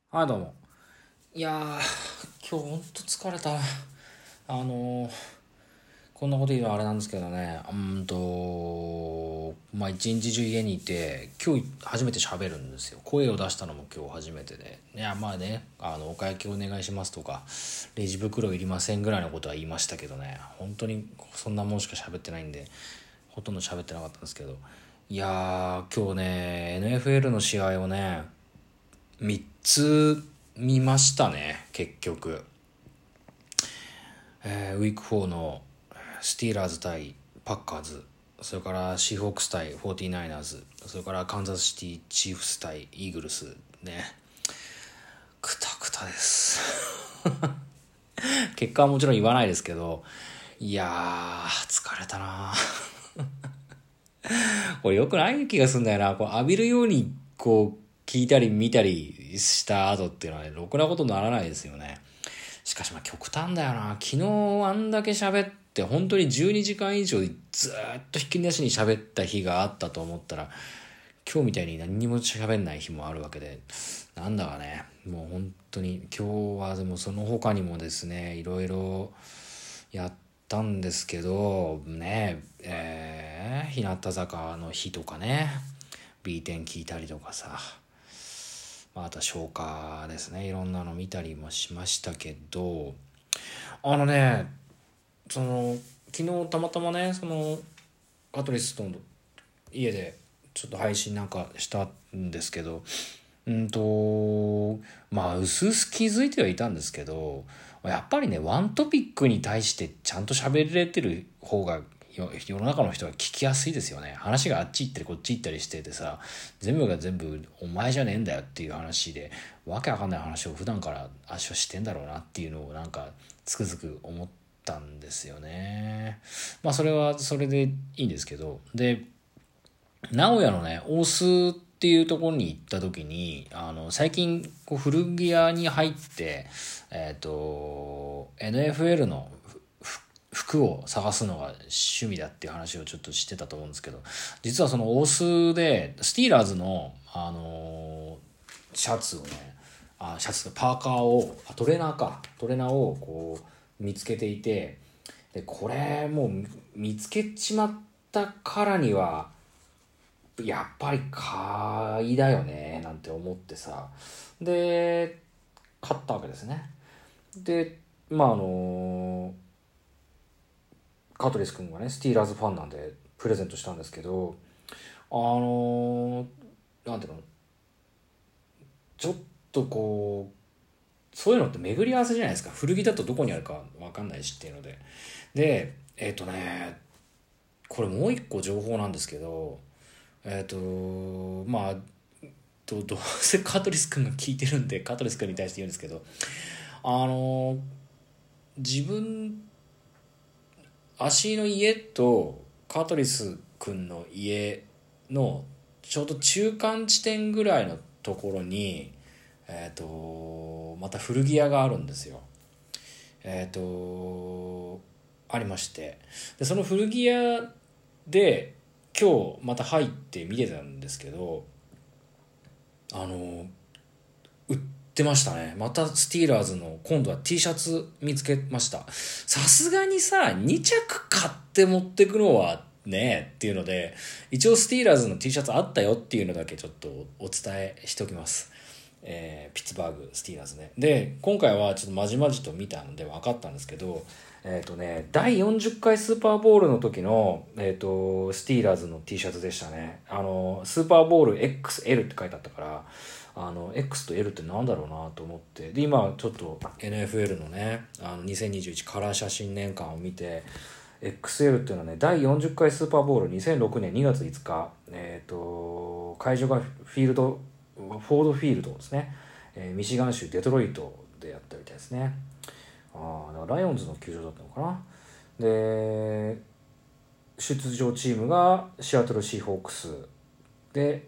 はい、どうも。いやー、今日ほんと疲れた。こんなこと言うのはあれなんですけどね。一日中家にいて、今日初めて喋るんですよ。声を出したのも今日初めてで。いや、まあね、お会計お願いしますとか、レジ袋いりませんぐらいのことは言いましたけどね。本当にそんなもんしか喋ってないんで、ほとんど喋ってなかったんですけど。いやー、今日ね、NFL の試合をね、3つ見ましたね、結局。ウィーク4のスティーラーズ対パッカーズ、それからシーホークス対フォーティナイナーズ、それからカンザスシティチーフス対イーグルスね。クタクタです。結果はもちろん言わないですけど、いやー疲れたな。これ良くない気がするんだよな。こう浴びるようにこう聞いたり見たりした後っていうのはね、ろくなことにならないですよね。しかしまあ極端だよな。昨日あんだけ喋って本当に12時間以上ずっとひっきりなしに喋った日があったと思ったら、今日みたいに何にも喋んない日もあるわけで、なんだかね、もう本当に今日はでもその他にもですね、いろいろやったんですけどね、日向坂の日とかね、 B 点聞いたりとかさ、あとは消化ですね、いろんなの見たりもしましたけど、あのね、その昨日たまたまね、そのカトリスとの家でちょっと配信なんかしたんですけど、まあ薄々気づいてはいたんですけど、やっぱりね、ワントピックに対してちゃんと喋れてる方が世の中の人は聞きやすいですよね。話があっち行ったりこっち行ったりしててさ、全部が全部お前じゃねえんだよっていう話で、わけわかんない話を普段から足をしてんだろうなっていうのをなんかつくづく思ったんですよね。まあそれはそれでいいんですけど、で名古屋のね、大須っていうところに行った時に、最近、こう、古着屋に入って、NFL の服を探すのが趣味だっていう話をちょっとしてたと思うんですけど、実はその大須で、スティーラーズの、シャツをね、シャツ、パーカーを、トレーナーをこう、見つけていて、で、これもう見つけちまったからには、やっぱり買いだよねなんて思ってさ、で買ったわけですね。でまあカトリス君がねスティーラーズファンなんでプレゼントしたんですけど、なんていうの、ちょっとこうそういうのって巡り合わせじゃないですか。古着だとどこにあるか分かんないしっていうので、でこれもう一個情報なんですけど、まあどうせカトリス君が聞いてるんでカトリス君に対して言うんですけど、あのー自分足の家とカトリス君の家のちょうど中間地点ぐらいのところにまた古着屋があるんですよ。ありまして、でその古着屋で今日また入って見てたんですけど、あの売ってましたね。またスティーラーズの今度は T シャツ見つけました。さすがにさ、2着買って持ってくのはねっていうので、一応スティーラーズの T シャツあったよっていうのだけちょっとお伝えしておきます。ピッツバーグスティーラーズね。で今回はちょっとまじまじと見たので分かったんですけど、第40回スーパーボールの時の、スティーラーズの T シャツでしたね。スーパーボール XL って書いてあったから、X と L ってなんだろうなと思って、で今ちょっと NFL のね、2021カラー写真年間を見て、 XL っていうのはね、第40回スーパーボール2006年2月5日、会場がフィールドフォードフィールドですね、ミシガン州デトロイトでやったみたいですね。だからライオンズの球場だったのかな。で出場チームがシアトルシーホークスで、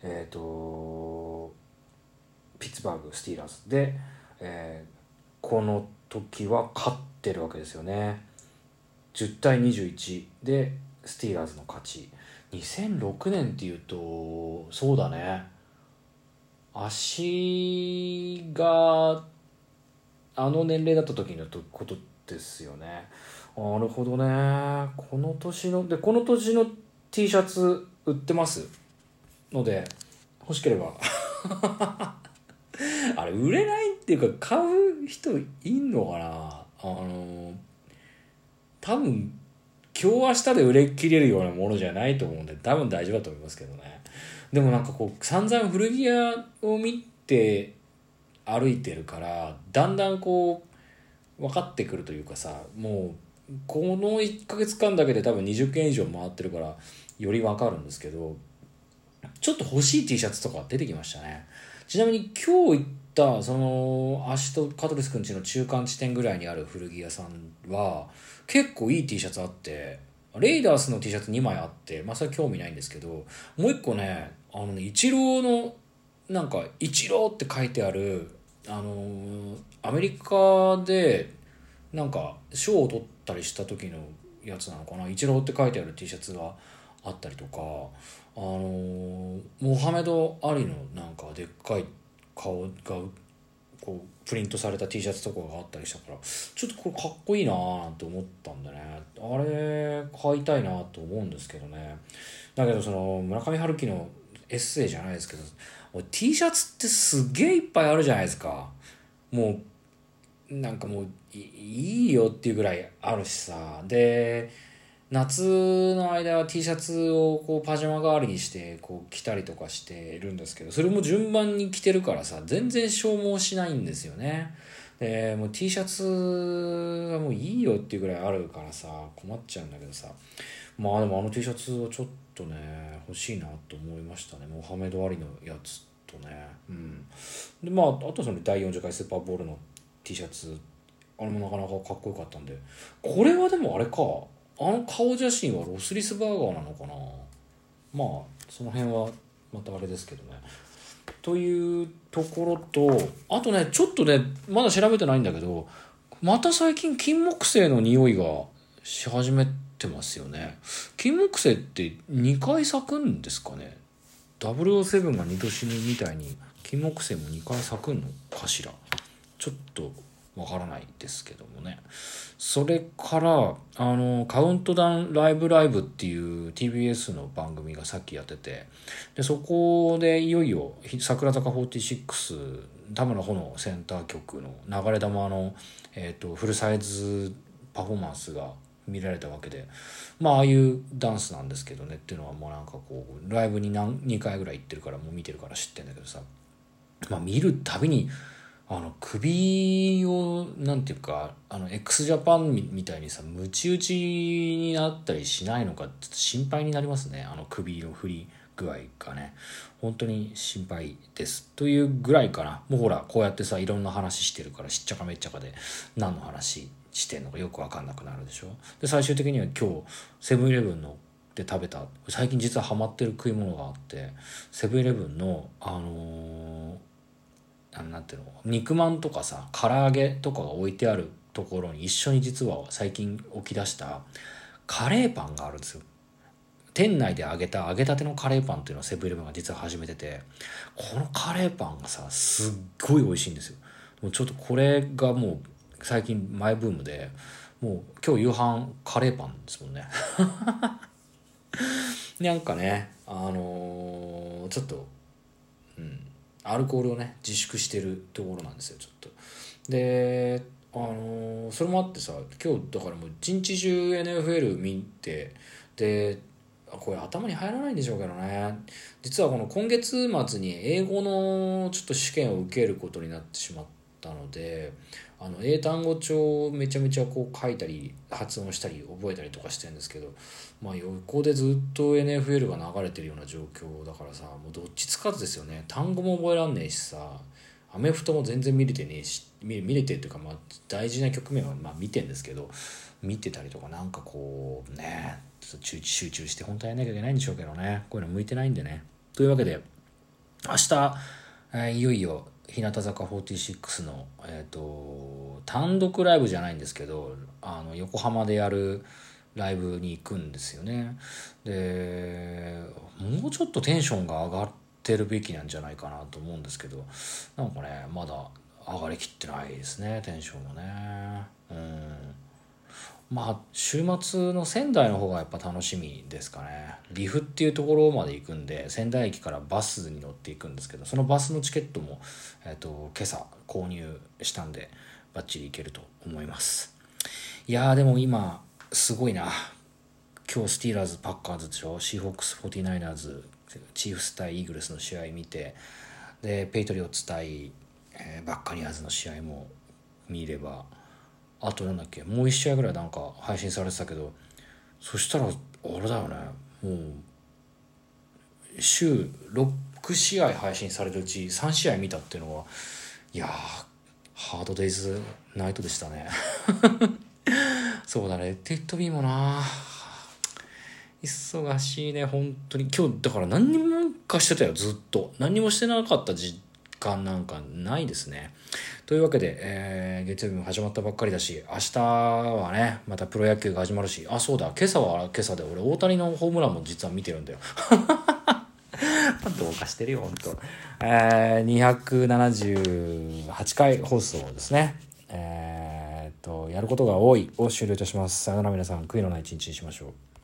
ピッツバーグスティーラーズで、この時は勝ってるわけですよね。10対21でスティーラーズの勝ち。2006年っていうとそうだね、 足があの年齢だった時のことですよね。なるほどね。この年の T シャツ売ってますので、欲しければあれ売れないっていうか買う人いんのかな。多分今日明日で売れ切れるようなものじゃないと思うんで、多分大丈夫だと思いますけどね。でもなんかこう散々古着屋を見て歩いてるから、だんだんこう分かってくるというかさ、もうこの1ヶ月間だけで多分20件以上回ってるからより分かるんですけど、ちょっと欲しい T シャツとか出てきましたね。ちなみに今日行ったそのアシとカトリスくんちの中間地点ぐらいにある古着屋さんは結構いい T シャツあって、レイダースの T シャツ2枚あって、まあそれは興味ないんですけど、もう一個ね、イチローのなんかイチローって書いてある、アメリカでなんか賞を取ったりした時のやつなのかな、イチローって書いてある T シャツがあったりとか、モハメド・アリのなんかでっかい顔がこうプリントされた T シャツとかがあったりしたから、ちょっとこれかっこいいなーなんて思ったんでね、あれ買いたいなと思うんですけどね。だけどその村上春樹のエッセイじゃないですけど、T シャツってすげえいっぱいあるじゃないですか。もうなんかもういいよっていうぐらいあるしさ。で夏の間は T シャツをこうパジャマ代わりにしてこう着たりとかしてるんですけど、それも順番に着てるからさ、全然消耗しないんですよね。でもう T シャツはもういいよっていうぐらいあるからさ、困っちゃうんだけどさ。まあでもT シャツをちょっとね欲しいなと思いましたね。モハメド・アリのやつとね。でまああとその第40回スーパーボールの T シャツ、あれもなかなかかっこよかったんで、これはでもあれか、顔写真はロスリスバーガーなのかな。まあその辺はまたあれですけどね。というところと、あとねちょっとねまだ調べてないんだけど、また最近金木犀の匂いがし始めてますよね。金木犀って2回咲くんですかね。007が2度死にみたいに金木犀も2回咲くのかしら。ちょっとわからないですけどもね。それからカウントダウンライブライブっていう TBS の番組がさっきやってて、でそこでいよいよ桜坂46田村穂のセンター曲の流れ玉の、フルサイズパフォーマンスが見られたわけで、まあああいうダンスなんですけどねっていうのはもうなんかこうライブに2回ぐらい行ってるからもう見てるから知ってんだけどさ、まあ見るたびに首をなんていうかx ジャパンみたいにさムチ打ちになったりしないのかちょっと心配になりますね。首の振り具合がね本当に心配ですというぐらいかな。もうほらこうやってさいろんな話してるからしっちゃかめっちゃかで何の話してんのかよく分かんなくなるでしょ。で最終的には今日セブンイレブンので食べた最近実はハマってる食い物があって、セブンイレブンのなんていうの肉まんとかさ唐揚げとかが置いてあるところに一緒に実は最近起き出したカレーパンがあるんですよ。店内で揚げたてのカレーパンっていうのをセブンイレブンが実は始めてて、このカレーパンがさすっごい美味しいんですよ。もうちょっとこれがもう最近マイブームで、もう今日夕飯カレーパンですもんねなんかねちょっとアルコールをね自粛してるところなんですよちょっと。でそれもあってさ今日だからもう一日中 NFL 見て、でこれ頭に入らないんでしょうけどね、実はこの今月末に英語のちょっと試験を受けることになってしまったので、英単語帳をめちゃめちゃこう書いたり発音したり覚えたりとかしてるんですけど、まあ横でずっと NFL が流れてるような状況だからさ、もうどっちつかずですよね。単語も覚えらんねえしさ、アメフトも全然見れてねえし、見れてっていうか、まあ大事な局面はまあ見てんですけど、見てたりとかなんかこうねちょっと集中して本当はやんなきゃいけないんでしょうけどね、こういうの向いてないんでね。というわけで明日、いよいよ日向坂46の、単独ライブじゃないんですけど横浜でやるライブに行くんですよね。でもうちょっとテンションが上がっってるべきなんじゃないかなと思うんですけど、なんかねまだ上がりきってないですね、テンションもね。まあ週末の仙台の方がやっぱ楽しみですかね。岐阜っていうところまで行くんで、仙台駅からバスに乗っていくんですけど、そのバスのチケットも、今朝購入したんでバッチリ行けると思います。いやーでも今すごいな。今日スティーラーズパッカーズでしょ、シーホークス49ers、チーフス対イーグルスの試合見て、でペイトリオッツ対、バッカニアーズの試合も見れば、あとなんだっけ、もう1試合ぐらいなんか配信されてたけど、そしたらあれだよね、もう週6試合配信されるうち3試合見たっていうのは、いやーハードデイズナイトでしたね。そうだね、テッドビーもな忙しいね本当に。今日だから何にもかしてたよ、ずっと何にもしてなかった時間なんかないですね。というわけで、月曜日も始まったばっかりだし、明日はねまたプロ野球が始まるし、あそうだ、今朝は今朝で俺大谷のホームランも実は見てるんだよ。どうかしてるよ本当。278回放送ですね。やることが多いを終了いたします。さよなら皆さん、悔いのない一日にしましょう。